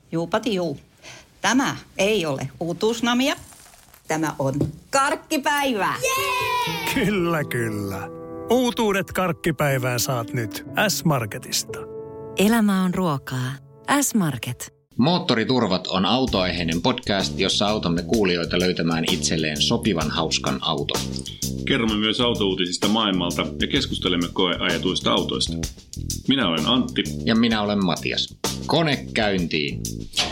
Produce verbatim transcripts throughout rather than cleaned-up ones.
Juupati juu. Tämä ei ole uutuusnamia. Tämä on karkkipäivää. Yeah! Kyllä, kyllä. Uutuudet karkkipäivään saat nyt S-Marketista. Elämä on ruokaa. S-Market. Moottoriturvat on autoaiheinen podcast, jossa autamme kuulijoita löytämään itselleen sopivan hauskan auton. Kerromme myös autouutisista maailmalta ja keskustelemme koeajetuista autoista. Minä olen Antti. Ja minä olen Matias. Kone käyntiin!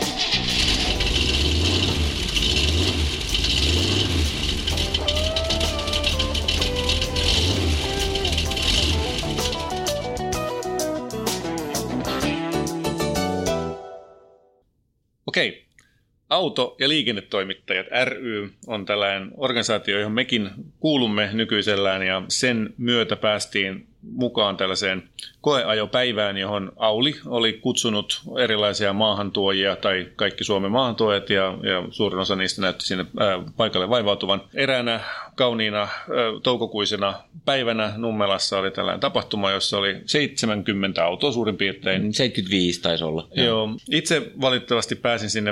Okei. Auto- ja liikennetoimittajat ry on tällainen organisaatio, johon mekin kuulumme nykyisellään, ja sen myötä päästiin mukaan tällaiseen koeajopäivään, johon Auli oli kutsunut erilaisia maahantuojia tai kaikki Suomen maahantuojat, ja, ja suurin osa niistä näytti sinne ää, paikalle vaivautuvan. Eräänä kauniina ää, toukokuisena päivänä Nummelassa oli tällainen tapahtuma, jossa oli seitsemänkymmentä autoa suurin piirtein. seitsemänkymmentäviisi taisi olla. Joo. Itse valitettavasti pääsin sinne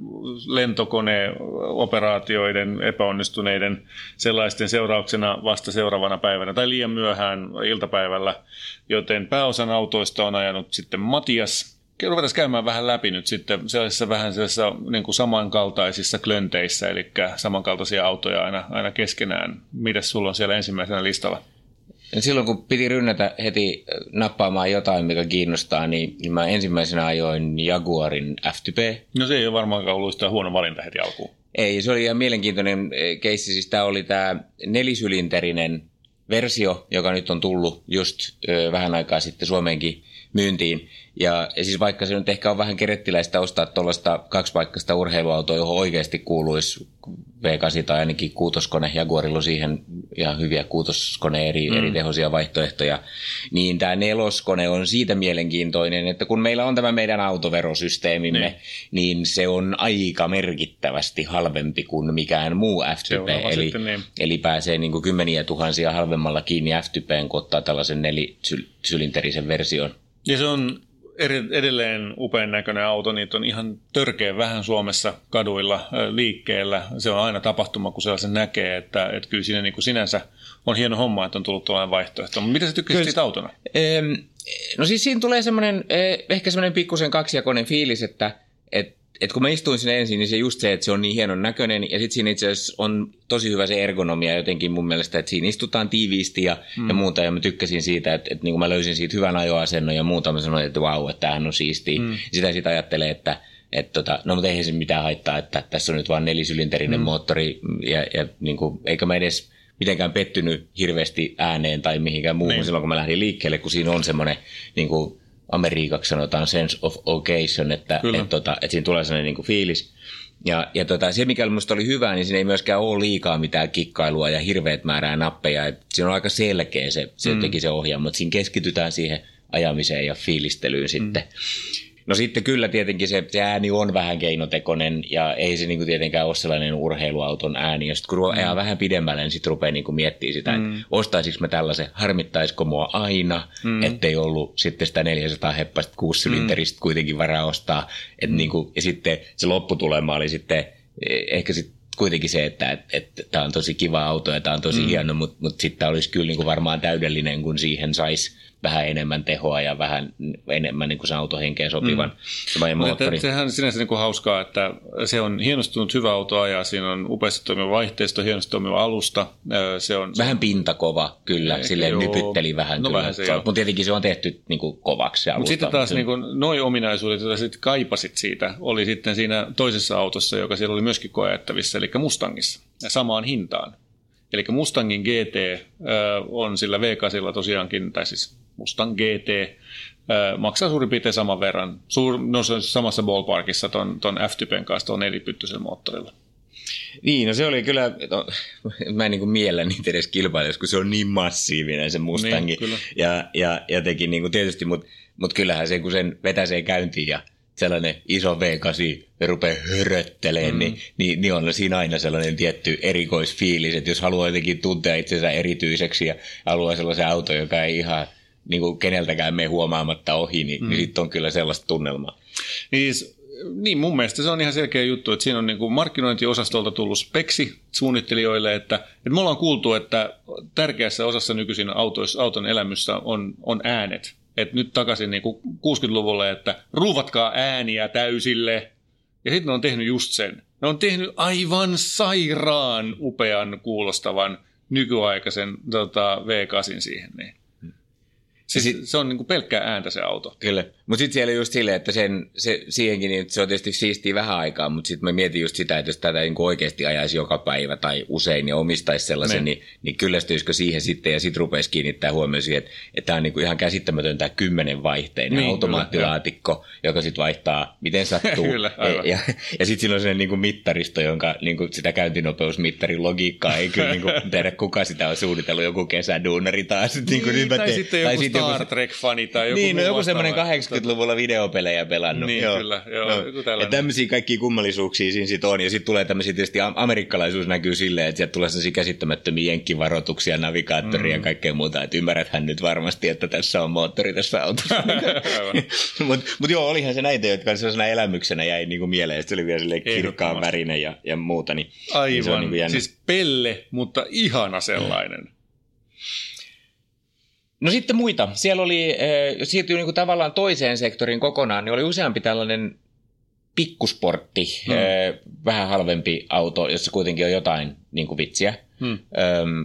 lentokoneoperaatioiden epäonnistuneiden sellaisten seurauksena vasta seuraavana päivänä tai liian myöhään iltapäivällä, joten pääosan autoista on ajanut sitten Matias. Ruvetaan käymään vähän läpi nyt sitten sellaisissa vähän sellaisissa niin kuin samankaltaisissa klönteissä, eli samankaltaisia autoja aina, aina keskenään. Mitäs sulla on siellä ensimmäisenä listalla? Silloin kun piti rynnätä heti nappaamaan jotain, mikä kiinnostaa, niin, niin mä ensimmäisenä ajoin Jaguarin F-Type. No se ei ole varmaankaan ollut sitä huono valinta heti alkuun. Ei, se oli ihan mielenkiintoinen keissi. Siis tämä oli tämä nelisylinterinen versio, joka nyt on tullut just ö, vähän aikaa sitten Suomeenkin myyntiin. Ja, ja siis vaikka se nyt ehkä on vähän kerettiläistä ostaa tuollaista kaksipaikkaista urheiluautoa, johon oikeasti kuuluisi V kahdeksan tai ainakin kuutoskone, Jaguarilla on siihen ihan hyviä kuutoskone eri, mm. eri tehoisia vaihtoehtoja, niin tämä neloskone on siitä mielenkiintoinen, että kun meillä on tämä meidän autoverosysteemimme, niin, niin se on aika merkittävästi halvempi kuin mikään muu F-Type, eli, niin. eli pääsee niin kuin kymmeniä tuhansia halvemmalla kiinni F-Typeen, kun ottaa tällaisen nelisylinterisen version. Ja se on edelleen upean näköinen auto, niitä on ihan törkeä vähän Suomessa kaduilla liikkeellä. Se on aina tapahtuma, kun sellaisen näkee, että, että kyllä siinä niin kuin sinänsä on hieno homma, että on tullut tuollainen vaihtoehto. Mutta mitä sä tykkäsit siitä autona? Ähm, no siis siinä tulee semmoinen, ehkä semmoinen pikkusen kaksijakoinen fiilis, että et, et kun mä istuin sinne ensin, niin se just se, että se on niin hienon näköinen, ja sitten siinä itse asiassa on tosi hyvä se ergonomia jotenkin mun mielestä, että siinä istutaan tiiviisti ja, mm. ja muuta, ja mä tykkäsin siitä, että, että niin kun mä löysin siitä hyvän ajoasennon ja muuta, mä sanoin, että vau, että tämähän on siistiä. Mm. Sitä sitten ajattelee, että että tota, no mutta eihän se mitään haittaa, että tässä on nyt vaan nelisylinterinen mm. moottori, ja, ja niin kuin, eikä mä edes mitenkään pettynyt hirveästi ääneen tai mihinkään muuhun niin. Silloin, kun mä lähdin liikkeelle, kun siinä on semmoinen niin kuin ameriikaksi sanotaan sense of occasion, että et, tota, et siinä tulee sellainen niinku fiilis. Ja, ja tota, se, mikä minusta oli hyvä, niin siinä ei myöskään ole liikaa mitään kikkailua ja hirveät määrää nappeja. Et siinä on aika selkeä se, se, mm. se ohjaama, mutta siinä keskitytään siihen ajamiseen ja fiilistelyyn sitten. Mm. No sitten kyllä tietenkin se, se ääni on vähän keinotekoinen ja ei se niinku tietenkään ole sellainen urheiluauton ääni. Ja sitten kun ajaa mm. vähän pidemmälle, niin sitten rupeaa niinku miettimään sitä, mm. että ostaisinko mä tällaisen, harmittaisiko mua aina, mm. ettei ollut sitten sitä neljäsataa heppaista kuusisylinteristä mm. kuitenkin varaa ostaa. Et mm. niinku, ja sitten se lopputulema oli sitten ehkä sitten kuitenkin se, että et, et, tämä on tosi kiva auto ja tämä on tosi mm. hieno, mutta mut sitten olisi kyllä niinku varmaan täydellinen, kun siihen saisi vähän enemmän tehoa ja vähän enemmän niin kuin se autohenkeen sopivan mm. moottori. Sehän sinänsä niin kuin hauskaa, että se on hienostunut hyvä auto ajaa, siinä on upeasti toimiva vaihteisto, hienosti toimiva alusta. Se on, vähän pintakova kyllä, ehkä, silleen joo. Nypytteli vähän no kyllä, vähän se, mutta tietenkin se on tehty niin kuin kovaksi. Mutta sitten taas niin kuin, noi ominaisuudet, joita sitten kaipasit siitä, oli sitten siinä toisessa autossa, joka siellä oli myöskin koettavissa, eli Mustangissa, ja samaan hintaan. Eli Mustangin G T äh, on sillä V kahdeksan tosiaankin, tai siis Mustang G T äh, maksaa suurin piirtein saman verran. Suur, no se on samassa ballparkissa ton, ton F-Typen kanssa tuon nelipyttyisellä moottorilla. Niin, no se oli kyllä, no, mä en niin kuin miellä niitä edes kilpailisi, kun se on niin massiivinen se Mustangi. Niin, ja, ja jotenkin niin kuin tietysti, mutta mut kyllähän se kun sen vetäsee käyntiin ja sellainen iso V kahdeksan rupeaa höröttelemään, mm. niin, niin, niin on siinä aina sellainen tietty erikoisfiilis, että jos haluaa jotenkin tuntea itsensä erityiseksi ja haluaa sellaisen auton, joka ei ihan niin kuin keneltäkään mene huomaamatta ohi, niin, mm. niin sitten on kyllä sellaista tunnelmaa. Niin Niin, mun mielestä se on ihan selkeä juttu, että siinä on niin kuin markkinointiosastolta tullut speksi suunnittelijoille, että, että me ollaan kuultu, että tärkeässä osassa nykyisin autoissa, auton elämyssä on, on äänet. Että nyt takaisin niin kuin kuusikymmentäluvulle, että ruuvatkaa ääniä täysille. Ja sitten ne on tehnyt just sen. Ne on tehnyt aivan sairaan upean kuulostavan nykyaikaisen tota, V kahdeksan siihen. Niin. Siis sit, se on niinku pelkkää ääntä se auto. Kyllä, mutta sitten siellä just silleen, että sen, se, siihenkin niin se on tietysti siistiä vähän aikaa, mutta sitten mä mietin just sitä, että jos tätä niinku oikeasti ajaisi joka päivä tai usein ja omistaisi sellaisen, niin, niin kyllästyisikö siihen sitten ja sitten rupeisi kiinnittää huomioon siihen, että, että tämä on niinku ihan käsittämätön tämä kymmenen vaihteinen niin, automaattilaatikko, kyllä, joka sitten vaihtaa miten sattuu. Kyllä, aivan. Ja, ja, ja sitten siinä on sellainen niinku mittaristo, jonka niinku sitä käyntinopeusmittarin logiikkaa ei kyllä niinku tiedä, kuka sitä on suunnitellut, joku kesäduunari taas. Niin, niinku, niin, tai sitten joku Star Trek-fani tai joku niin, no joku semmoinen kahdeksankymmentäluvulla videopelejä pelannut. Niin, joo, kyllä. Joo, no. Joku tällainen. Ja tämmöisiä kaikkia kummallisuuksia siinä sit on. Ja sitten tulee tämmöisiä, tietysti amerikkalaisuus näkyy silleen, että sieltä tulee sellaisia käsittämättömiä jenkkivaroituksia, navigaattoria mm. ja kaikkea muuta. Että ymmärräthän nyt varmasti, että tässä on moottori tässä autossa. Mutta mut joo, olihan se näitä, jotka sellaisena elämyksenä jäi niinku mieleen. Se oli vielä silleen kirkkaan värinen ja, ja muuta. Niin, aivan, niin se on niinku siis pelle, mutta ihana sellainen. Mm. No sitten muita. Siellä oli, jos siirtyy niin kuin tavallaan toiseen sektoriin kokonaan, niin oli useampi tällainen pikkusportti, hmm. vähän halvempi auto, jossa kuitenkin on jotain niin kuin vitsiä. Hmm. Öm,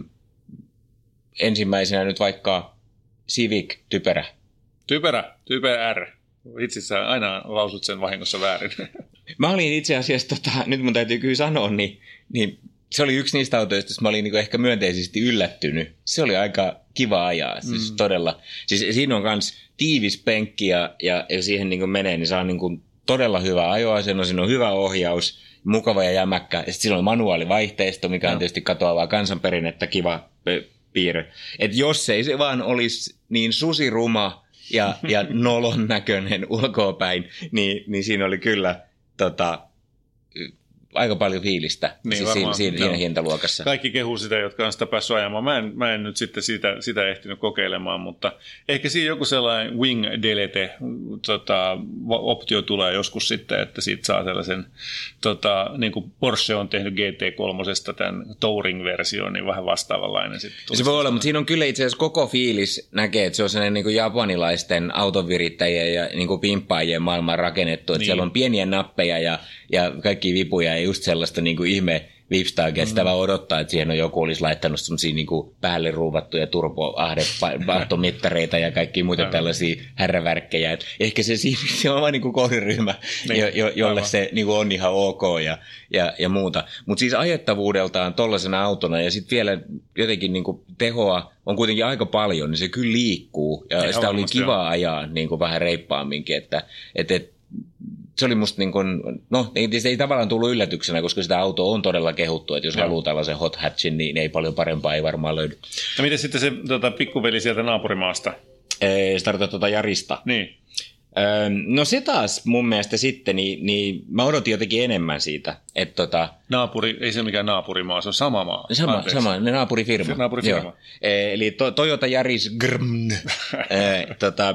ensimmäisenä nyt vaikka Civic Typerä. Typerä, Typerä R. Itse asiassa aina lausut sen vahingossa väärin. Mä olin itse asiassa, tota, nyt mun täytyy kyllä sanoa, niin, niin se oli yksi niistä autoista, joista mä olin niin ehkä myönteisesti yllättynyt. Se oli aika kiva ajaa, siis mm. todella. Siis siinä on myös tiivis penkki ja, ja, ja siihen niin menee, niin saa niin kuin todella hyvä ajoasento, siinä on hyvä ohjaus, mukava ja jämäkkä. Ja sitten siinä on manuaalivaihteisto, mikä on no. tietysti katoavaa kansanperinnettä, kiva piirre. Että jos ei se vaan olisi niin susiruma ja, ja nolon näköinen ulkoapäin, niin, niin siinä oli kyllä tota, aika paljon fiilistä niin, siis varmaan, siinä, siinä hintaluokassa. Kaikki kehuu sitä, jotka on sitä päässyt ajamaan. Mä en, mä en nyt sitten sitä, sitä ehtinyt kokeilemaan, mutta ehkä siinä joku sellainen wing delete tota, optio tulee joskus sitten, että siitä saa sellaisen, tota, niin kuin Porsche on tehnyt G T kolme tämän Touring-version, niin vähän vastaavanlainen. Se voi olla, mutta siinä on kyllä itse asiassa koko fiilis näkee, että se on sellainen niin kuin japanilaisten autovirittäjien ja niin kuin pimppaajien maailman rakennettu, että niin. Siellä on pieniä nappeja ja, ja kaikki vipuja ja just sellaista niin kuin ihme vipstaagia, että sitä vaan odottaa, että siihen on joku olisi laittanut semmoisia niin kuin päälle ruuvattuja turboahtomittareita ja kaikkia muita aivan. Tällaisia härrävärkkejä. Et ehkä se, se on vain niin kuin kohderyhmä, niin, jo, jo, jolle aivan. Se niin kuin on ihan ok ja, ja, ja muuta. Mutta siis ajettavuudeltaan tollaisena autona ja sitten vielä jotenkin niin kuin tehoa on kuitenkin aika paljon, niin se kyllä liikkuu ja, ja sitä oli kiva on. Ajaa niin kuin vähän reippaamminkin, että et, et, se oli musta niin kuin, no se ei tavallaan tullut yllätyksenä, koska sitä autoa on todella kehuttu, että jos Joo. haluaa tällaisen hot hatchin, niin ei paljon parempaa ei varmaan löydy. No miten sitten se tota, pikkuveli sieltä naapurimaasta? Ee, se tarkoittaa tuota Jarista. Niin. Öö, no se taas mun mielestä sitten, niin, niin mä odotin jotenkin enemmän siitä. Että tota, Naapuri, ei se mikään naapurimaa, se on sama maa. Sama, sama ne naapurifirma. naapurifirma. Ee, eli to, Toyota Yaris Grm, ee, tota,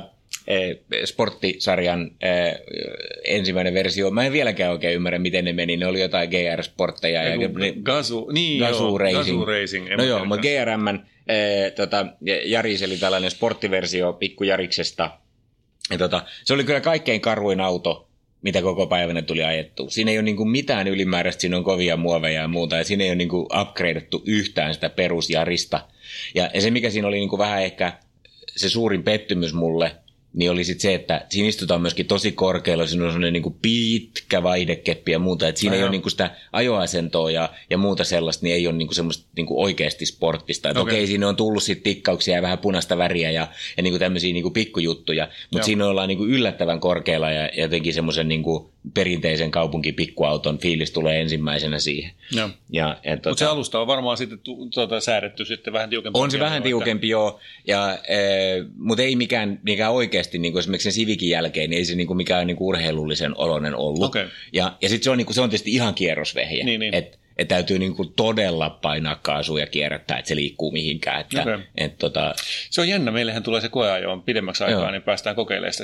sporttisarjan äh, ensimmäinen versio. Mä en vieläkään oikein ymmärrä, miten ne meni. Ne oli jotain G R-sportteja. Ja, Gazu, niin Gazu joo, Racing. Gazu Racing. No joo, mutta G R M:n äh, tota, Yaris, eli tällainen sporttiversio pikkujariksesta. Ja, tota, se oli kyllä kaikkein karuin auto, mitä koko päivänä tuli ajettua. Siinä ei ole niinku mitään ylimääräistä, siinä on kovia muoveja ja muuta, ja siinä ei ole niinku upgradeattu yhtään sitä perusjarista. Ja, ja se, mikä siinä oli niinku vähän ehkä se suurin pettymys mulle, niin oli sitten se, että siinä istutaan myöskin tosi korkealla, siinä on sellainen niin pitkä vaihdekeppi ja muuta, että siinä Aja. ei ole niin kuin sitä ajoasentoa ja, ja muuta sellaista, niin ei ole niin kuin semmoista niin kuin oikeasti sporttista. Että okei, okay. siinä on tullut sitten tikkauksia ja vähän punaista väriä ja, ja niin kuin tämmöisiä niin kuin pikkujuttuja, mutta Joo. siinä ollaan niin kuin yllättävän korkealla ja jotenkin semmoisen niin kuin perinteisen kaupunkipikkuauton fiilis tulee ensimmäisenä siihen. Ja. Ja, ja tuota, mutta se alusta on varmaan sitten tu, tuota, säädetty sitten vähän tiukempi. On se vähän tiukempi, että... joo, ja, e, mutta ei mikään, mikään oikeasti, niin kuin esimerkiksi sen Civicin jälkeen, niin ei se niin kuin mikään niin kuin urheilullisen oloinen ollut. Okay. Ja, ja sitten se on, niin kuin, se on tietysti ihan kierrosvehje, niin, niin. että et täytyy niin kuin todella painaa kaasua ja kierrättää, että se liikkuu mihinkään. Että, okay. et, tota... Se on jännä, meillähän tulee se koeajo pidemmäksi aikaa, joo. niin päästään kokeilemaan sitä sitten.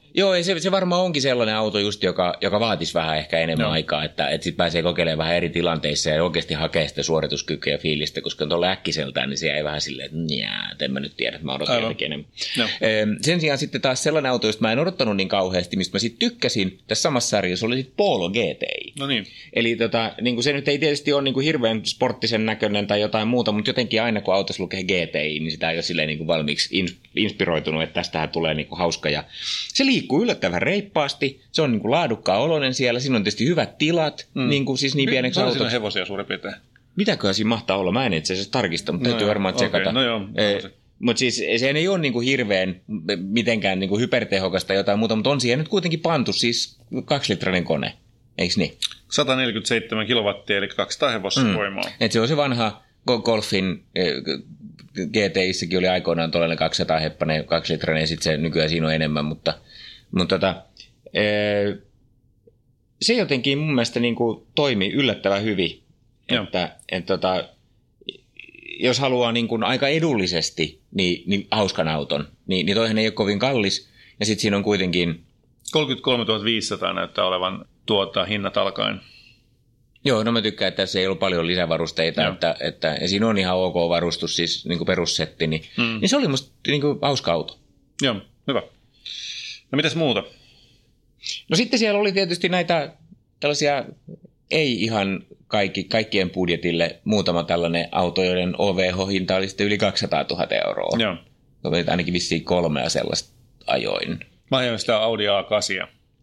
Joo, ja se, se varmaan onkin sellainen auto just, joka, joka vaatisi vähän ehkä enemmän no. aikaa, että, että sitten pääsee kokeilemaan vähän eri tilanteissa ja oikeasti hakee sitä suorituskykyä ja fiilistä, koska on tuolla äkkiseltään, niin se ei vähän silleen, että njää, en mä nyt tiedä, että mä odotan jotenkin enemmän. No. Sen sijaan sitten taas sellainen auto, josta mä en odottanut niin kauheasti, mistä mä sitten tykkäsin tässä samassa sarjassa, oli sitten Polo G T I. No niin. Eli tota, niin kuin se nyt ei tietysti ole niin kuin hirveän sporttisen näköinen tai jotain muuta, mutta jotenkin aina kun autossa lukee G T I, niin sitä ei ole silleen niin kuin valmiiksi inspiroitunut, että tästähän tulee niin kuin hauska. Ja se liikkuu yllättävän reippaasti, se on niin kuin laadukkaan oloinen siellä, siinä on tietysti hyvät tilat, mm. niin kuin siis niin pieneksi autoksi. Paljon hevosia suurin piirtein? Mitäköhän siinä mahtaa olla? Mä en itse asiassa tarkista, mutta no täytyy joo, varmaan okay, tsekata. No joo, e, mutta siis se ei ole niin kuin hirveän mitenkään niin kuin hypertehokasta jotain muuta, mutta on siihen nyt kuitenkin pantu siis kaksilitrainen kone, eikö niin? sata neljäkymmentäseitsemän kilowattia, eli kaksisataa hevosvoimaa. Mm. Et se on se vanha Golfin G T I:ssäkin oli aikoinaan tuollainen kaksisataa heppainen kaksilitrainen, ja sitten se nykyään siinä on enemmän, mutta, mutta tota, se jotenkin mun mielestä niin kuin toimi yllättävän hyvin, Joo. että et, tota, jos haluaa niin kuin aika edullisesti niin, niin hauskan auton, niin, niin toihan ei ole kovin kallis, ja sitten siinä on kuitenkin kolmekymmentäkolmetuhatta viisisataa näyttää olevan tuota hinnat alkaen. Joo, no mä tykkään, että tässä ei ollut paljon lisävarusteita, että, että, ja siinä on ihan ok varustus, siis niin kuin perussetti, niin, mm. niin se oli musta niin kuin hauska auto. Joo, hyvä. No mitäs muuta? No sitten siellä oli tietysti näitä tällaisia ei ihan kaikki, kaikkien budjetille muutama tällainen auto, joiden O V H-hinta oli sitten yli kaksisataatuhatta euroa. Joo. Ainakin vissiin kolmea sellaista ajoin. Mä ajoin sitä Audi A kahdeksan.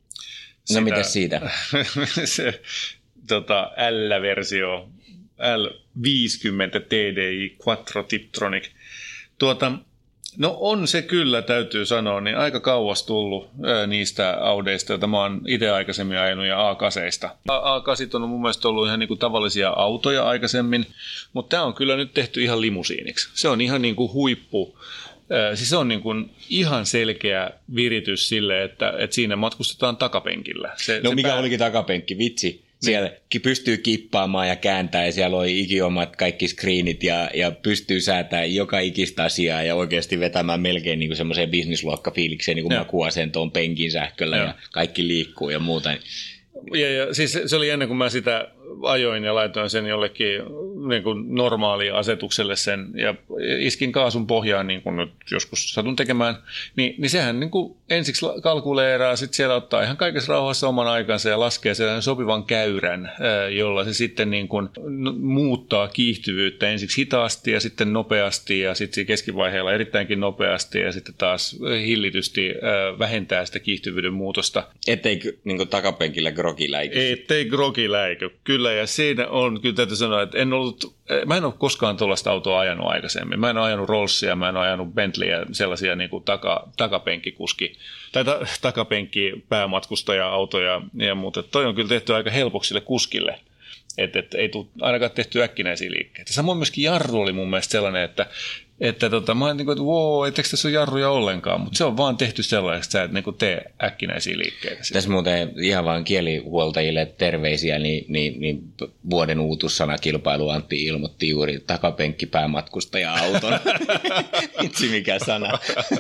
No mitäs siitä? se tota, L-versio, L viisikymmentä T D I Quattro Tiptronic. Tuota, no on se kyllä, täytyy sanoa, niin aika kauas tullut ää, niistä Audeista, joita mä oon itse aikaisemmin ajanut, ja A kahdeksan. A kahdeksan on mun mielestä ollut ihan niin kuin tavallisia autoja aikaisemmin, mutta tämä on kyllä nyt tehty ihan limusiiniksi. Se on ihan niin kuin huippu. Siis se on niin kuin ihan selkeä viritys sille, että, että siinä matkustetaan takapenkillä. Se, no se mikä pää... olikin takapenkki, vitsi. Siellä niin. Pystyy kippaamaan ja kääntämään ja siellä oli ikiomat kaikki screenit ja, ja pystyy säätämään joka ikistä asiaa ja oikeasti vetämään melkein niin kuin semmoiseen bisnisluokkafiilikseen niin kuin makuasentoon penkin sähköllä ja. ja kaikki liikkuu ja muuta. Ja, ja siis se oli ennen kuin mä sitä ajoin ja laitoin sen jollekin niin kuin normaali asetukselle sen ja iskin kaasun pohjaan, niin kuin nyt joskus satun tekemään, niin, niin sehän niin kuin ensiksi kalkuleeraa, sitten siellä ottaa ihan kaikessa rauhassa oman aikansa ja laskee sellainen sopivan käyrän, jolla se sitten niin kuin muuttaa kiihtyvyyttä ensiksi hitaasti ja sitten nopeasti ja sitten keskivaiheella erittäinkin nopeasti ja sitten taas hillitysti vähentää sitä kiihtyvyyden muutosta. Ettei niin kuin takapenkillä grogi läiky. Ettei grogi läiky, kyllä. Ja siinä on, kyllä täytyy sanoa, että en ollut, mä en ole koskaan tuollaista autoa ajanut aikaisemmin. Mä en ole ajanut Rollsia, mä en ole ajanut Bentleyä, sellaisia niin kuin taka, takapenkkikuski, tai ta, takapenkki päämatkustaja-autoja ja muuta. Toi on kyllä tehty aika helpoksi sille kuskille, että et, ei tule ainakaan tehty äkkinäisiä liikkeitä. Samoin myöskin jarru oli mun mielestä sellainen, että Että tota, mä oon niin kuin, että wow, etteikö tässä ole jarruja ollenkaan, mutta se on vaan tehty sellaista, että sä et niin kuin tee äkkinäisiä liikkeitä. Tässä muuten ihan vaan kielihuoltajille terveisiä, niin, niin, niin vuoden uutussanakilpailu Antti ilmoitti juuri takapenkki päämatkustaja-auton. Itse mikä sana.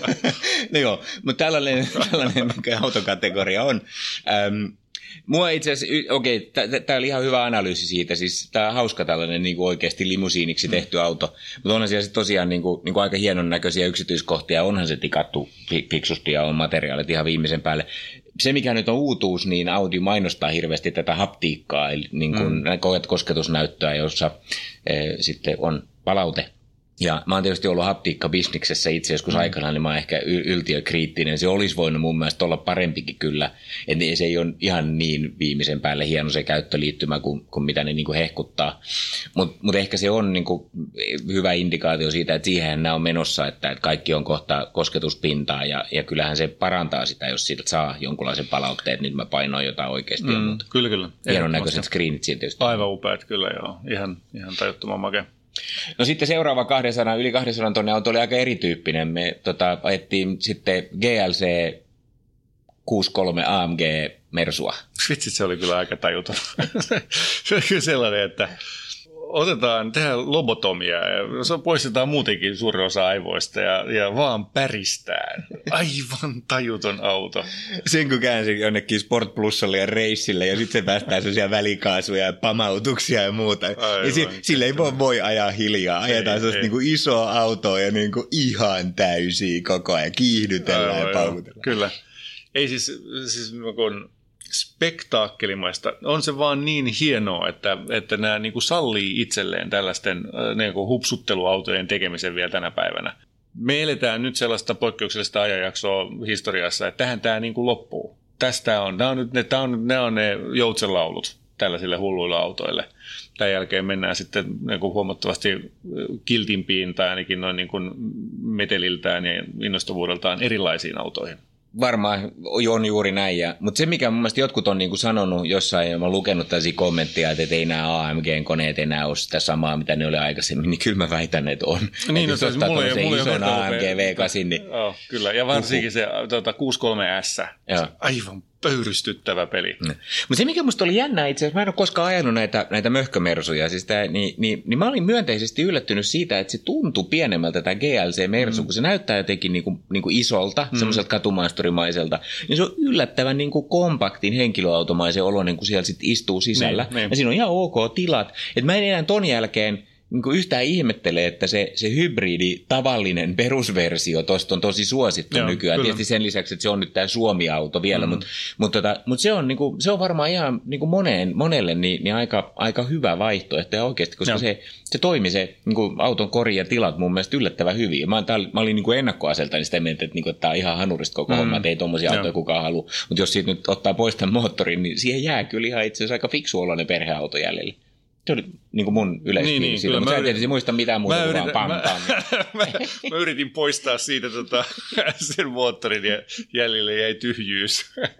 No joo, mutta tällainen, tällainen autokategoria on. Ähm, Mua itse asiassa, okei, okay, tämä oli ihan hyvä analyysi siitä, siis tämä on hauska tällainen niin kuin oikeasti limusiiniksi tehty auto, mutta onhan siellä tosiaan niin kuin, niin kuin aika hienon näköisiä yksityiskohtia, onhan se tikattu fiksusti ja on materiaalit ihan viimeisen päälle. Se, mikä nyt on uutuus, niin Audi mainostaa hirveästi tätä haptiikkaa, eli niin kuin mm. kosketusnäyttöä, jossa eh, sitten on palaute. Ja mä oon tietysti ollut haptiikka-bisniksessä itse joskus mm. aikanaan, niin mä oon ehkä yltiökriittinen. Se olisi voinut mun mielestä olla parempikin kyllä. Että se ei ole ihan niin viimeisen päälle hieno se käyttöliittymä kuin, kuin mitä ne niin kuin hehkuttaa. Mutta mut ehkä se on niin kuin hyvä indikaatio siitä, että siihen nämä on menossa, että, että kaikki on kohta kosketuspintaa. Ja, ja kyllähän se parantaa sitä, jos siitä saa jonkunlaisen palautteen, että nyt mä painoin jotain oikeasti. Mm, kyllä, kyllä. Hienon näköiset screenit siinä tietysti. Aivan upeat kyllä, joo. Ihan, ihan tajuttoman makea. No sitten seuraava kaksisataa, yli kaksisataa tonne auto oli aika erityyppinen. Me tota, ajettiin sitten G L C kuusikymmentäkolme A M G Mersua. Vitsit, se oli kyllä aika tajuton. Se oli kyllä sellainen, että otetaan, tehdään lobotomia ja se poistetaan muutenkin suurin osa aivoista ja, ja vaan päristään. Aivan tajuton auto. Sen kun käänsin jonnekin Sport Plusalle ja reissille ja sitten se päästään sellaisia välikaasuja ja pamautuksia ja muuta. Aivan, ja si- sille ei voi, voi ajaa hiljaa. Ajetaan sellaista niinku isoa autoa ja niinku ihan täysiä koko ajan. Kiihdytellään aivan, ja paukutellaan. Kyllä. Ei siis, siis kun spektaakkelimaista. On se vaan niin hienoa, että, että nämä niin kuin sallii itselleen tällaisten niin kuin hupsutteluautojen tekemisen vielä tänä päivänä. Me eletään nyt sellaista poikkeuksellista ajanjaksoa historiassa, että tähän tämä niin kuin loppuu. Tästä on, nämä on, nyt ne, tämä on, nämä on ne joutsenlaulut tällaisille hulluille autoille. Tämän jälkeen mennään sitten niin kuin huomattavasti kiltimpiin tai ainakin noin niin kuin meteliltään ja innostavuudeltaan erilaisiin autoihin. Varmaan on juuri näin, ja, mutta se mikä mun mielestä jotkut on niin kuin sanonut jossain, ja mä oon lukenut tällaisia kommentteja, että ei nämä A M G-koneet enää ole sitä samaa, mitä ne oli aikaisemmin, niin kyllä mä väitän, että on. Niin, että no, jos ottaa mulla ei, mulla ison A M G V kahdeksan, niin... Oh, kyllä, ja varsinkin se tuota, kuusikymmentäkolme S, aivan pöyristyttävä peli. No. Mutta se mikä musta oli jännä itse asiassa, mä en ole koskaan ajanut näitä, näitä möhkömersuja, siis tää, niin, niin, niin mä olin myönteisesti yllättynyt siitä, että se tuntui pienemmältä tämä G L C-mersu, mm. kun se näyttää jotenkin niinku, niinku isolta, mm. semmoiselta katumaisturmaiselta, niin se on yllättävän niinku kompaktin henkilöautomaisen oloinen, kun siellä sit istuu sisällä. Niin, niin. Ja siinä on ihan ok tilat. Et mä en enää ton jälkeen niin yhtään ihmettele, että se, se hybridi, tavallinen perusversio tuosta on tosi suosittu Joo, nykyään. Kyllä. Tietysti sen lisäksi, että se on nyt tämä Suomi-auto vielä, mm. mutta mut tota, mut se, on, niinku, se on varmaan ihan niinku moneen, monelle niin, niin aika, aika hyvä vaihtoehto ja oikeasti, koska se, se toimi se niinku auton kori ja tilat mun mielestä yllättävän hyvin. Mä, tää, mä olin niinku ennakkoaselta, niin sitä mieltä, että niinku, tämä on ihan hanurista koko mm. homma, että ei tuommoisia autoja kukaan halua. Mutta jos siitä nyt ottaa pois tämän moottorin, niin siihen jää kyllä ihan itse asiassa aika fiksu oloinen perheauto jäljellä. Se oli niin kuin mun yleisfiili niin, niin, silloin, mutta sä et tietysti muista mitään muuta kuin vaan pam, mä, pam. mä, mä yritin poistaa siitä tota, sen moottorin ja jäljelle jäi tyhjyys.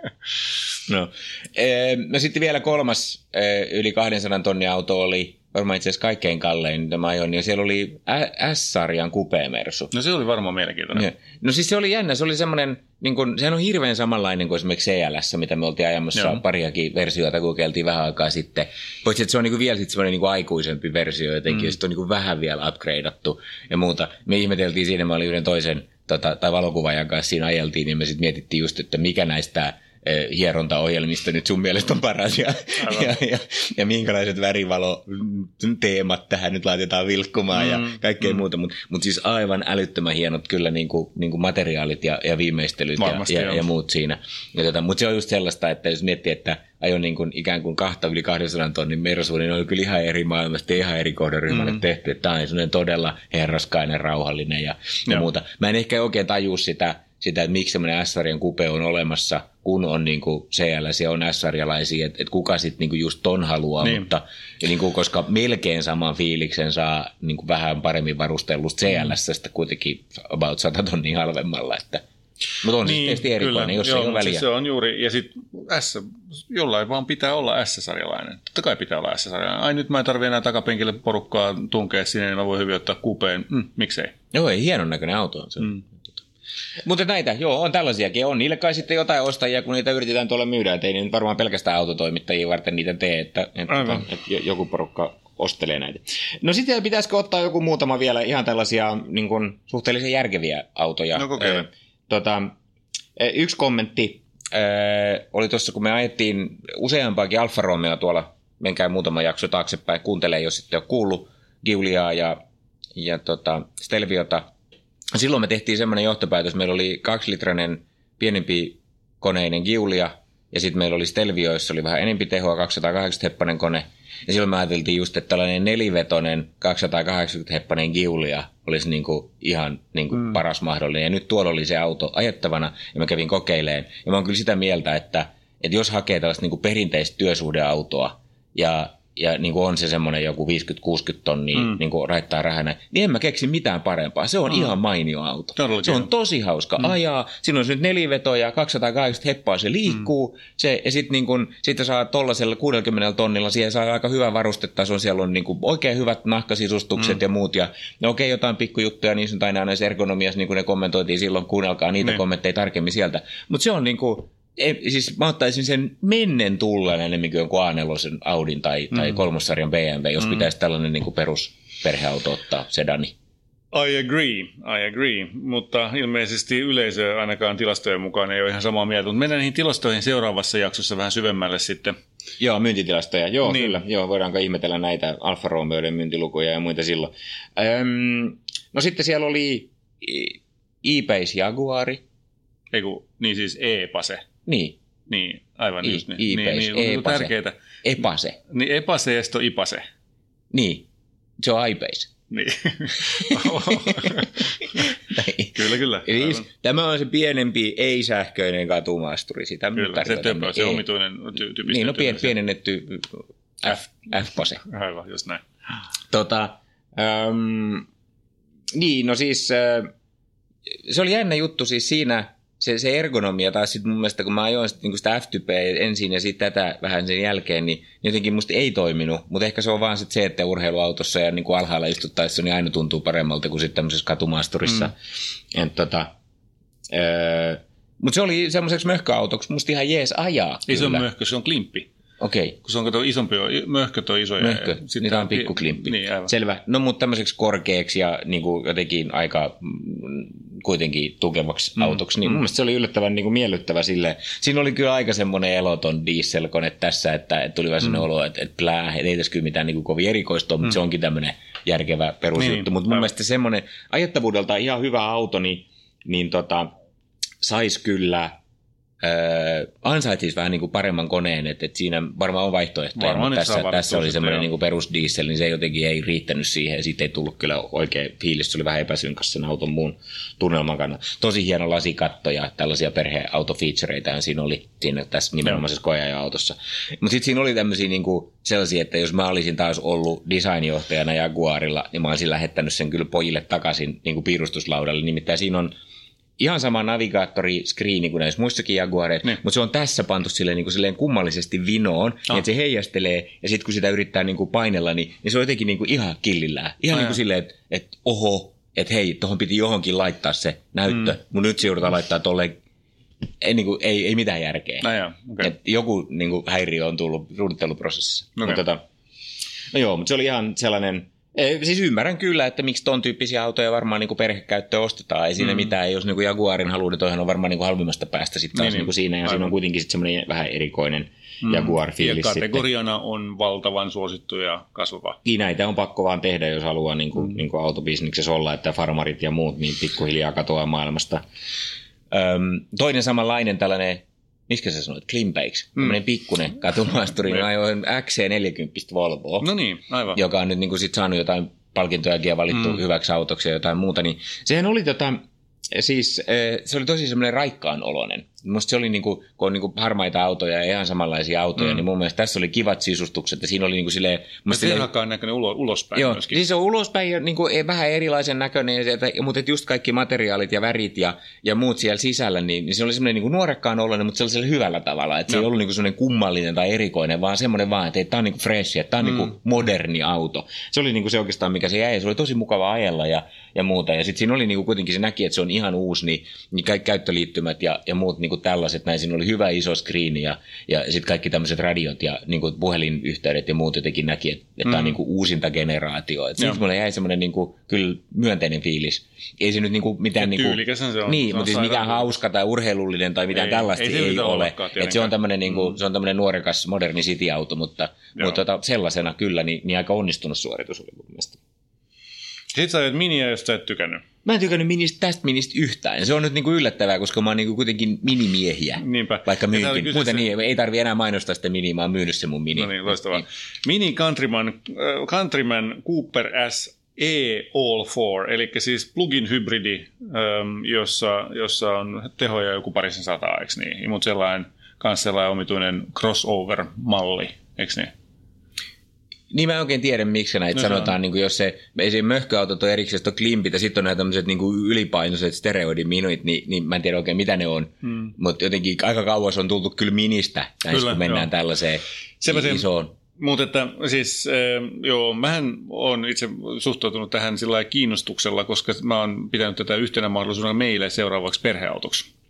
No. E, no sitten vielä kolmas e, yli kahdensadan tonnin auto oli varmaan itse asiassa kaikkein kallein, mitä mä ajoin, ja siellä oli S-sarjan kupeemersu. No se oli varmaan mielenkiintoinen. Ja, no siis se oli jännä, se oli semmoinen, niin kun, sehän on hirveän samanlainen kuin esimerkiksi C L S, mitä me oltiin ajamassa Joo. pariakin versioita, kokeiltiin vähän aikaa sitten. Voisi, että se on niin kuin vielä sitten semmoinen niin kuin aikuisempi versio jotenkin, mm. ja sitten on niin kuin vähän vielä upgradeattu ja muuta. Me ihmeteltiin siinä, mä olin yhden toisen, tota, tai valokuvaajan kanssa siinä ajeltiin, ja me sitten mietittiin just, että mikä näistä hierontaohjelmista nyt sun mielestä on paras ja, ja, ja, ja minkälaiset värivaloteemat tähän nyt laitetaan vilkkumaan mm, ja kaikkea mm. muuta, mutta mut siis aivan älyttömän hienot kyllä niinku, niinku materiaalit ja, ja viimeistelyt ja, ja, ja muut siinä. Tota, mutta se on just sellaista, että jos miettii, että ajoin niinku ikään kuin kahta yli kahdensadan tonnin mersuun, niin oli kyllä ihan eri maailmasta ja ihan eri kohderyhmälle mm. tehty, että tämä on sellainen todella herraskainen, rauhallinen ja, ja muuta. Mä en ehkä oikein tajua sitä, sitä, että miksi semmoinen S-sarjan kupe on olemassa, kun on niin kuin C L S ja on S-sarjalaisia, että, että kuka sitten niin kuin just ton haluaa, niin. mutta ja niin kuin, koska melkein saman fiiliksen saa niin kuin vähän paremmin varustellusta C L S:stä kuitenkin about sata tonnia halvemmalla, että mutta on niin, siis tietysti erikoinen, jos joo, ei ole väliä. Se on juuri, ja sitten S, jollain vaan pitää olla S-sarjalainen. Totta kai pitää olla S-sarjalainen. Ai nyt mä en tarvitse enää takapenkille porukkaa tunkea sinne, niin mä voin hyvin ottaa kupeen. Mm, miksei? Joo, ei hienon näköinen auto on se. Mm. Mutta näitä, joo, on tällaisiakin. On niille kai sitten jotain ostajia, kun niitä yritetään tuolla myydä. Et ei nyt varmaan pelkästään autotoimittajia varten niitä tee, että, että, että joku porukka ostelee näitä. No sitten pitäisikö ottaa joku muutama vielä ihan tällaisia niin kuin, suhteellisen järkeviä autoja. No kokeile. Tota, yksi kommentti äh, oli tuossa, kun me ajettiin useampaakin Alfa Romeo tuolla, menkää muutama jakso taaksepäin, kuuntelee, jos sitten ole kuullut Giuliaa ja, ja tota, Stelviota. Silloin me tehtiin semmoinen johtopäätös, meillä oli kaksilitrainen pienempi koneinen Giulia, ja sitten meillä oli Stelvio, jossa oli vähän enempi tehoa, kaksisataakahdeksankymmentä heppainen kone. Ja silloin me ajateltiin just, että tällainen nelivetoinen kaksisataakahdeksankymmentä heppainen Giulia olisi niinku ihan niinku mm. paras mahdollinen. Ja nyt tuolla oli se auto ajettavana, ja mä kävin kokeileen. Ja mä oon kyllä sitä mieltä, että, että jos hakee tällaista niinku perinteistä työsuhdeautoa, ja ja niin kuin on se semmoinen joku viisikymmentä kuusikymmentä tonnia mm. niin kuin raittaa rähänä, niin en mä keksi mitään parempaa. Se on mm. ihan mainio auto. Todellakin. Se on tosi hauska mm. ajaa. Siinä on nyt nelivetoja, kaksisataakahdeksankymmentä heppaa, se liikkuu. Mm. Se, ja sitten niin kuin, sit saa tollasella kuusikymmentä tonnilla, siihen saa aika hyvä varustetaso. Siellä on niin kuin oikein hyvät nahkasisustukset mm. ja muut. Ja no okei, jotain pikkujuttuja, niin sun aina näissä ergonomiassa, niin kuin ne kommentoitiin silloin, kuunnelkaa niitä niin. kommentteja tarkemmin sieltä. Mutta se on niin kuin ei, siis mä ottaisin sen mennen tulleen enemmän kuin jonkun A neljä Audin tai, mm. tai kolmossarjan B M W, jos mm. pitäisi tällainen niin kuin perusperheauto ottaa, sedani. I agree, I agree, mutta ilmeisesti yleisö ainakaan tilastojen mukaan ei ole ihan samaa mieltä, mutta mennään niihin tilastoihin seuraavassa jaksossa vähän syvemmälle sitten. Joo, myyntitilastoja, joo niin. Kyllä, joo, voidaanko ihmetellä näitä Alfa Romeoiden myyntilukuja ja muita silloin. Öm, no sitten siellä oli E-Pace Jaguari. Eiku, niin siis E-Pase. Niin. Niin, aivan I, just niin. E-Pace, niin, niin E-Pase, tärkeitä. Epase. Niin, Epase ja sitten on Ipase. Niin, se on I-Pace. Niin. Kyllä, kyllä. Eli tämä on se pienempi, ei-sähköinen katumaasturi. Sitä kyllä, se töpö, se omituinen ty- typistetty. Niin, no pien, pienennetty F, F-pase. Aivan, just näin. Tota, ähm, niin, no siis äh, se oli jännä juttu siis siinä, se, se ergonomia taas sitten mun mielestä, kun mä ajoin sit, niin sitä F-typeä ensin ja sitten tätä vähän sen jälkeen, niin jotenkin musta ei toiminut. Mutta ehkä se on vaan sit se, että urheiluautossa ja niin kuin alhaalla istuttaessa niin aina tuntuu paremmalta kuin sitten tämmöisessä katumaasturissa. Mm. Tota, öö, mutta se oli semmoiseksi möhköautoksi musta ihan jees ajaa. Ei se on möhkö, se on klimppi. Okei. Okay. Kun se on kato isompi, möhkö toi iso. Möhkö, niin tämä on pikkuklimppi. Niin, selvä. No mutta tämmöiseksi korkeaksi ja niin kuin jotenkin aika kuitenkin tukevaksi mm. autoksi, niin mm. mun mielestä se oli yllättävän niin kuin miellyttävä silleen. Siinä oli kyllä aika semmoinen eloton dieselkone tässä, että, että tuli vähän semmoinen mm. olo, että, että plää, että ei tässä kyllä mitään niin kuin kovin erikoista, mutta mm. se onkin tämmöinen järkevä perusjuttu. Niin, mutta mun mielestä semmoinen ajettavuudelta ihan hyvä auto, niin, niin tota, saisi kyllä... Öö, ansaitsisi vähän niin kuin paremman koneen, että, että siinä varmaan on vaihtoehtoja, varmaan mutta tässä, tässä oli semmoinen niin kuin perusdiesel, niin se jotenkin ei riittänyt siihen ja siitä ei tullut kyllä oikein fiilis, se oli vähän epäsynkäs sen auton muun tunnelman kannalta. Tosi hieno lasikatto ja tällaisia perheautofeatureita siinä oli siinä tässä nimenomaisessa koeaja-autossa. Mutta sitten siinä oli tämmöisiä niin kuin sellaisia, että jos mä olisin taas ollut designjohtajana Jaguarilla, niin mä olisin lähettänyt sen kyllä pojille takaisin niin kuin piirustuslaudalle, nimittäin siinä on ihan sama navigaattoriskriini kuin näissä muissakin Jaguareissa, niin. Mutta se on tässä pantu silleen, niin kuin silleen kummallisesti vinoon, ah. niin että se heijastelee, ja sitten kun sitä yrittää niin kuin painella, niin, niin se on jotenkin niin kuin ihan killillään. Ihan ah, niin kuin silleen, että et, oho, että hei, tuohon piti johonkin laittaa se näyttö, mm. mun nyt se joudutaan laittaa tolleen, ei, niin kuin, ei, ei mitään järkeä. No, joo, okay. Et joku niin kuin häiriö on tullut suunnitteluprosessissa. Okay. Mutta, tota, no joo, mutta se oli ihan sellainen... Siis ymmärrän kyllä, että miksi ton tyyppisiä autoja varmaan niin kuin perhekäyttöön ostetaan. Ei siinä mm. mitään, jos niin kuin Jaguarin haluaa, niin toihan on varmaan niin kuin halvimmasta päästä sitten taas niin, niin kuin siinä. Ja aivan. Siinä on kuitenkin sitten semmoinen vähän erikoinen mm. Jaguar-fiilis. Ja kategoriana sitten on valtavan suosittu ja kasvava. Näitä on pakko vaan tehdä, jos haluaa niin kuin, mm. niin kuin autobisniksessä olla, että farmarit ja muut niin pikkuhiljaa katoaa maailmasta. Öm, toinen samanlainen tällainen... Miskä sä sanoit? Klimpeiksi. Mm. Tämmöinen pikkunen katumaasturi. Mä ajoin X C neljäkymmentä Volvoa. No niin, aivan. Joka on nyt niin kuin sit saanut jotain palkintojakin ja valittu mm. hyväksi autoksi ja jotain muuta. Niin sehän oli tota, siis se oli tosi semmoinen raikkaan oloinen. Musta se oli niinku, kun on niinku harmaita autoja ja ihan samanlaisia autoja, mm. niin mun mielestä tässä oli kivat sisustukset ja siinä oli niinku silleen... Se on silleen, näköinen ulo, ulospäin joo, myöskin. Siis se on ulospäin ja niinku vähän erilaisen näköinen, mutta just kaikki materiaalit ja värit ja, ja muut siellä sisällä, niin, niin se oli semmoinen niinku nuorekkaan oloinen, mutta sellaisella hyvällä tavalla. Että se ei ollut niinku semmoinen kummallinen tai erikoinen, vaan semmoinen vaan, että tämä on niinku fresh, että tämä on mm. niinku moderni auto. Se oli niinku se oikeastaan, mikä se jäi. Se oli tosi mukava ajella ja, ja muuta. Ja sitten siinä oli niinku kuitenkin se näki, että se on ihan uusi, niin, niin kaikki käyttöliittymät ja, ja muut niinku tällaiset, näin siinä oli hyvä iso screeni ja, ja sitten kaikki tämmöiset radiot ja niin kuin puhelinyhteydet ja muut jotenkin näki, että mm. tämä on niin kuin uusinta generaatio. Sitten mulle jäi semmoinen niin kuin, kyllä myönteinen fiilis. Ei se nyt niin kuin mitään... Niin kuin, se on. Niin, se mutta siis mikään hauska tai urheilullinen tai mitään ei, tällaista ei, ei ole. Et se on tämmöinen niin kuin, mm. se on tämmöinen nuorekas moderni city-auto, mutta, mutta tota, sellaisena kyllä niin, niin aika onnistunut suoritus oli mun mielestä. Sitten sä ajat miniä, jos sä et tykännyt. Mä en tykännyt ministä, tästä ministä yhtään. Se on nyt niinku yllättävää, koska mä oon niinku kuitenkin minimiehiä. Niinpä. Vaikka myynkin. Muuten se... niin, ei tarvi enää mainostaa sitä miniä, mä oon myynyt se mun mini. No niin, loistavaa. Niin. Mini Countryman, uh, Countryman Cooper S E All four, eli siis plug-in hybridi, um, jossa, jossa on tehoja joku parisen sataa, eikö niin? Mutta sellainen, kans sellainen omituinen crossover-malli, eikö niin? Niin mä en oikein tiedä, miksi näitä no, sanotaan, niin kuin jos se, se möhköautot on erikseen, on klimpit ja sitten on nämä tämmöiset niin kuin ylipainoiset stereoidiminuit, niin, niin mä en tiedä oikein mitä ne on. Hmm. Mutta jotenkin aika kauas on tultu kyllä ministä, näissä, kun mennään joo. tällaiseen Sellaisen, isoon. Mutta että siis, äh, joo, mähän olen itse suhtautunut tähän sillä kiinnostuksella, koska mä oon pitänyt tätä yhtenä mahdollisuudena meille seuraavaksi perheautoksi.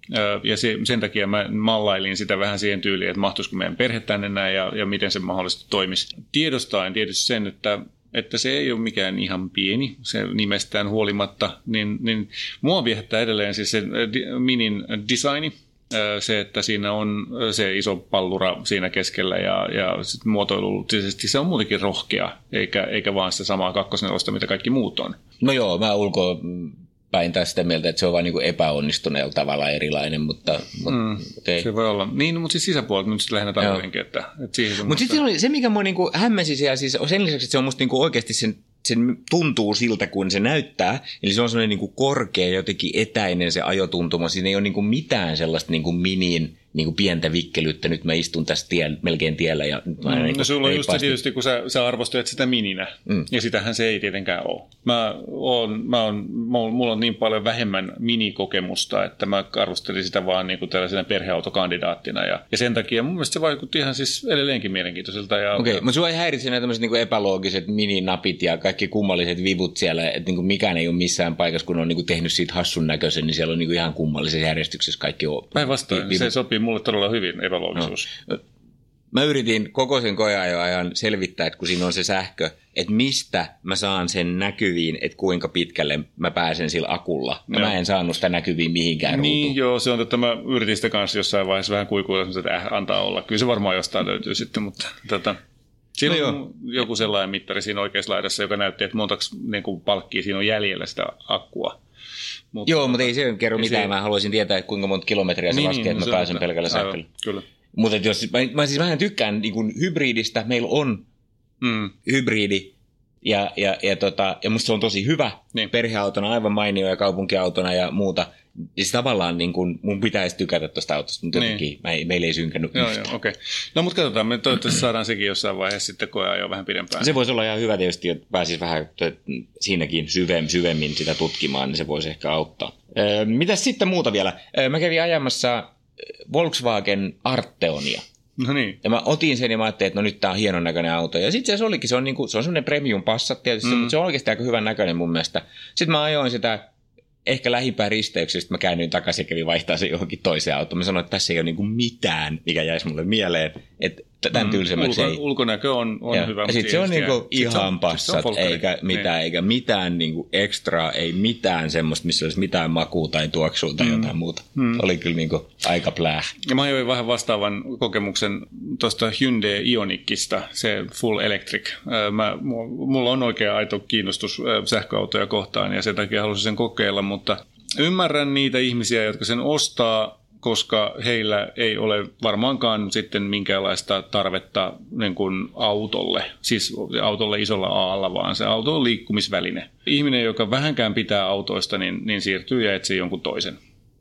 Ja se, sen takia mä mallailin sitä vähän siihen tyyliin, että mahtuisiko meidän perhe tänne näin ja, ja miten se mahdollisesti toimisi. Tiedostaen tietysti sen, että, että se ei ole mikään ihan pieni, se nimestään huolimatta, niin, niin mua viehättää edelleen siis se Minin designi. Se, että siinä on se iso pallura siinä keskellä ja, ja muotoilullisesti se on muutenkin rohkea, eikä, eikä vaan sitä samaa kakkosnelosta, mitä kaikki muut on. No joo, mä ulkoa päin taas sitä mieltä, että se on vaan niin epäonnistuneella tavalla erilainen, mutta... Mm, okay. Se voi olla. Niin, mutta siis sisäpuolelta nyt sitten lähinnä tarkoitinkin, että, että siihen semmoista... Mutta sitten se, mikä mua niin hämmäsi siellä, siis sen lisäksi, että se on musta niin oikeasti sen, sen tuntuu siltä, kun se näyttää, eli se on semmoinen niin korkea, jotenkin etäinen se ajotuntuma, siinä ei ole niin mitään sellaista niin miniin niin kuin pientä vikkelyyttä, nyt mä istun tässä tie, melkein tiellä. Ja mm, niin no sulla on just se tietysti, kun sä, sä arvostelet sitä mininä, mm. ja sitähän se ei tietenkään ole. Mä oon, mä oon, mulla on niin paljon vähemmän minikokemusta, että mä arvostelin sitä vaan niin kuin tällaisena perheautokandidaattina, ja, ja sen takia mun mielestä se vaikutti ihan siis edelleenkin mielenkiintoiselta. Okei, okay, mutta sua ei häiritse nämä tämmöiset niin epäloogiset mininapit ja kaikki kummalliset vivut siellä, että niin mikään ei ole missään paikassa, kun on niin tehnyt siitä hassun näköisen, niin siellä on niin ihan kummallisessa järjestyksessä kaikki on. Päinvastoin, se sopii mulle todella hyvin epäloogisuus. No. Mä yritin koko sen koeajan selvittää, että kun siinä on se sähkö, että mistä mä saan sen näkyviin, että kuinka pitkälle mä pääsen sillä akulla. Ja mä en saanut sitä näkyviin mihinkään niin, ruutuun. Joo, se on, että mä yritin sitä kanssa jossain vaiheessa vähän kuikuilla, että äh, antaa olla. Kyllä se varmaan jostain löytyy sitten, mutta tota, siinä no on joo. joku sellainen mittari siinä oikeassa laidassa, joka näytti, että montaks niin kuin palkkia siinä on jäljellä sitä akkua. Mutta, Joo, mutta ei se kerro mitään. Se... Mä haluaisin tietää, että kuinka monta kilometriä se niin, laskee, että mä pääsen pelkällä sähköllä. Kyllä. Mutta jos, mä, mä siis vähän tykkään niin kuin hybridistä. Meillä on mm. hybridi ja, ja, ja, tota, ja musta se on tosi hyvä. Niin. Perheautona aivan mainio ja kaupunkiautona ja muuta. Siis tavallaan niin kuin mun pitäisi tykätä tuosta autosta, mutta jotenkin niin. meillä ei synkännyt joo, yhtään. Joo, okay. No mutta katsotaan, me toivottavasti saadaan sekin jossain vaiheessa sitten koeajoa jo vähän pidempään. Se voisi olla ihan hyvä tietysti, että pääsisi vähän siinäkin syvemmin, syvemmin sitä tutkimaan, niin se voisi ehkä auttaa. Öö, mitäs sitten muuta vielä? Öö, mä kävin ajamassa Volkswagen Arteonia. No niin. Ja mä otin sen ja mä ajattelin, että no nyt tää on hienon näköinen auto. Ja sitten se olikin, se on, niinku, se on semmoinen premium Passat tietysti, mm. mutta se on oikeasti aika hyvän näköinen mun mielestä. Sitten mä ajoin sitä ehkä lähimpään risteyksestä, mä käännyin takaisin ja kävin vaihtaa sen johonkin toiseen autoon. Mä sanoin, että tässä ei ole niinku mitään, mikä jäisi mulle mieleen. Että tämän tylsemmäksi Ulko, ei. Ulkonäkö on, on ja, hyvä. Ja sitten se on niinku ihan on, Passat, eikä mitään, niin. eikä mitään niinku ekstraa, ei mitään semmoista, missä olisi mitään makua tai tuoksua tai mm. jotain muuta. Mm. Oli kyllä niinku aika plää. Ja mä ajoin vähän vastaavan kokemuksen tuosta Hyundai Ioniqista, se full electric. Mä, mulla on oikein aito kiinnostus sähköautoja kohtaan ja sen takia halusin sen kokeilla, mutta ymmärrän niitä ihmisiä, jotka sen ostaa, koska heillä ei ole varmaankaan sitten minkäänlaista tarvetta niin kuin autolle, siis autolle isolla aalla, vaan se auto on liikkumisväline. Ihminen, joka vähänkään pitää autoista, niin, niin siirtyy ja etsii jonkun toisen.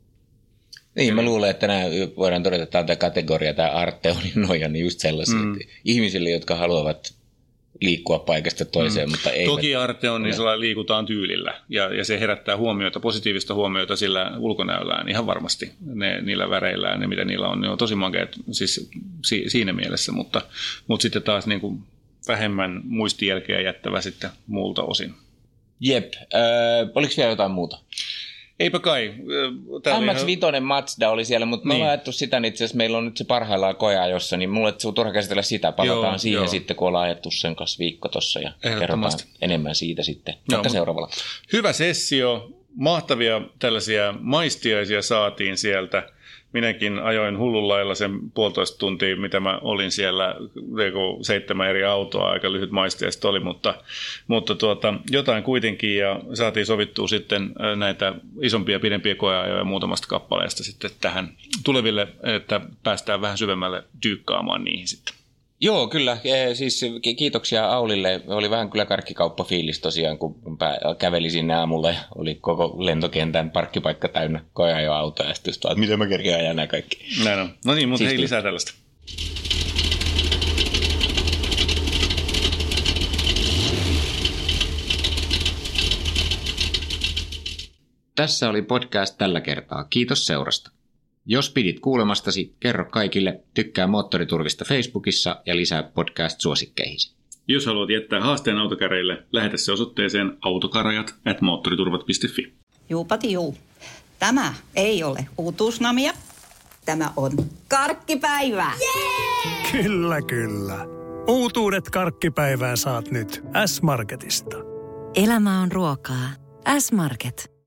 Niin, mä luulen, että nämä voidaan todeta, että tämä kategoria, tämä Arteonin noja, niin just sellaisia mm. ihmisille, jotka haluavat liikkua paikasta toiseen, mm. mutta ei. Toki Arteon, niin sillä liikutaan tyylillä ja, ja se herättää huomiota, positiivista huomiota sillä ulkonäöllään ihan varmasti. Ne, niillä väreillään, ne mitä niillä on, ne on tosi makeat siis si, siinä mielessä, mutta, mutta sitten taas niin kuin vähemmän muistijälkeä jättävä sitten muulta osin. Jep. Äh, oliko vielä jotain muuta? Eipä kai. M X viisi Mazda oli siellä, mutta niin. me ollaan ajettu sitä, niin itse asiassa meillä on nyt se parhaillaan koeajossa, niin mulle on turha käsitellä sitä. Palataan joo, siihen joo. sitten, kun ollaan ajettu sen kanssa viikko tuossa ja kerrotaan enemmän siitä sitten. Joo, mutta seuraavalla. Hyvä sessio. Mahtavia tällaisia maistiaisia saatiin sieltä. Minäkin ajoin hullun lailla sen puolitoista tuntia, mitä mä olin siellä, seitsemän eri autoa, aika lyhyt maistiaista oli, mutta, mutta tuota, jotain kuitenkin ja saatiin sovittua sitten näitä isompia, pidempiä koeajoja muutamasta kappaleesta sitten tähän tuleville, että päästään vähän syvemmälle dyykkaamaan niihin sitten. Joo, kyllä. Siis kiitoksia Aulille. Oli vähän kyllä karkkikauppafiilis tosiaan, kun käveli sinne aamulla ja oli koko lentokentän parkkipaikka täynnä koeajoautoja. Ja sitten just vaan, miten mä kerkeän ajaa nämä kaikki. Näin on. No niin, mutta siis hei lisää tällaista. Tässä oli podcast tällä kertaa. Kiitos seurasta. Jos pidit kuulemastasi, kerro kaikille, tykkää Moottoriturvista Facebookissa ja lisää podcast-suosikkeihisi. Jos haluat jättää haasteen autokäreille, lähetä se osoitteeseen autokarajat at moottoriturvat piste fi. Juupati juu. Tämä ei ole uutuusnamia. Tämä on karkkipäivää. Yeah! Kyllä, kyllä. Uutuudet karkkipäivään saat nyt S-Marketista. Elämä on ruokaa. S-Market.